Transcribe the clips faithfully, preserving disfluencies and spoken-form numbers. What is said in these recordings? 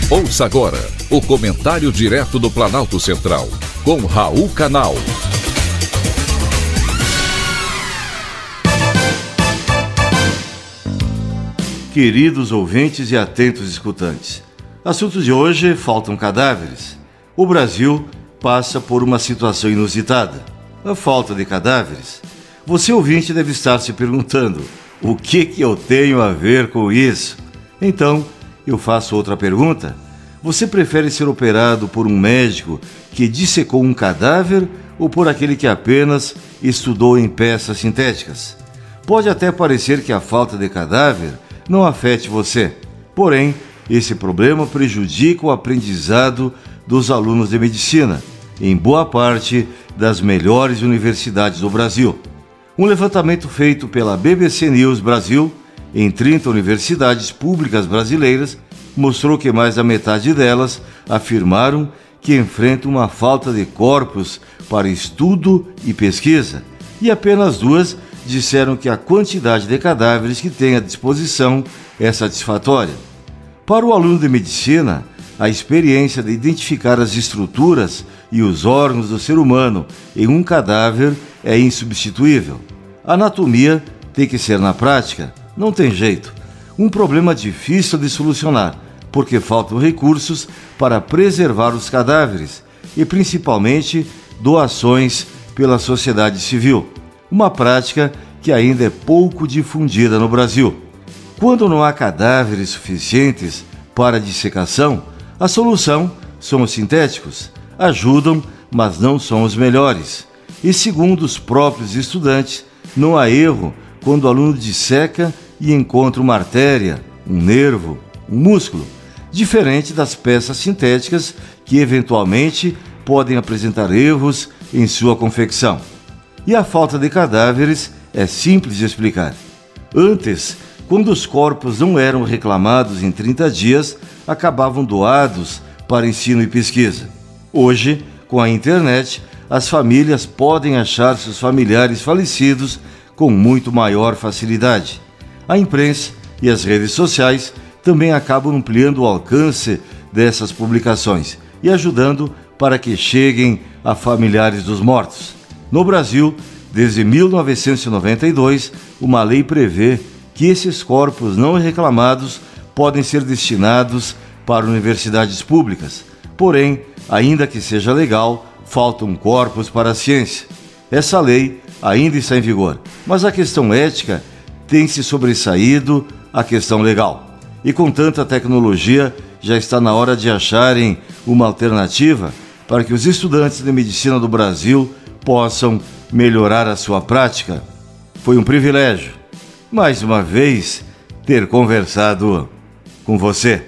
Ouça agora o comentário direto do Planalto Central, com Raul Canal. Queridos ouvintes e atentos escutantes, assunto de hoje: faltam cadáveres. O Brasil passa por uma situação inusitada, a falta de cadáveres. Você, ouvinte, deve estar se perguntando: o que que eu tenho a ver com isso? Então, eu faço outra pergunta. Você prefere ser operado por um médico que dissecou um cadáver ou por aquele que apenas estudou em peças sintéticas? Pode até parecer que a falta de cadáver não afete você, porém, esse problema prejudica o aprendizado dos alunos de medicina em boa parte das melhores universidades do Brasil. Um levantamento feito pela B B C News Brasil em trinta universidades públicas brasileiras mostrou que mais da metade delas afirmaram que enfrentam uma falta de corpos para estudo e pesquisa, e apenas duas disseram que a quantidade de cadáveres que têm à disposição é satisfatória. Para o aluno de medicina, a experiência de identificar as estruturas e os órgãos do ser humano em um cadáver é insubstituível. A anatomia tem que ser na prática, não tem jeito. Um problema difícil de solucionar, porque faltam recursos para preservar os cadáveres e, principalmente, doações pela sociedade civil. Uma prática que ainda é pouco difundida no Brasil. Quando não há cadáveres suficientes para dissecação, a solução são os sintéticos. Ajudam, mas não são os melhores. E segundo os próprios estudantes, não há erro quando o aluno disseca e encontra uma artéria, um nervo, um músculo, diferente das peças sintéticas que eventualmente podem apresentar erros em sua confecção. E a falta de cadáveres é simples de explicar. Antes, quando os corpos não eram reclamados em trinta dias, acabavam doados para ensino e pesquisa. Hoje, com a internet, as famílias podem achar seus familiares falecidos com muito maior facilidade. A imprensa e as redes sociais também acabam ampliando o alcance dessas publicações e ajudando para que cheguem a familiares dos mortos. No Brasil, desde mil novecentos e noventa e dois, uma lei prevê que esses corpos não reclamados podem ser destinados para universidades públicas. Porém, ainda que seja legal, faltam corpos para a ciência. Essa lei ainda está em vigor, mas a questão ética tem se sobressaído à questão legal. E com tanta tecnologia, já está na hora de acharem uma alternativa para que os estudantes de medicina do Brasil possam melhorar a sua prática. Foi um privilégio, mais uma vez, ter conversado com você.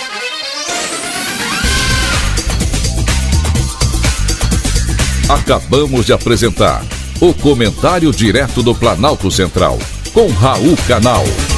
Acabamos de apresentar o comentário direto do Planalto Central, com Raul Canal.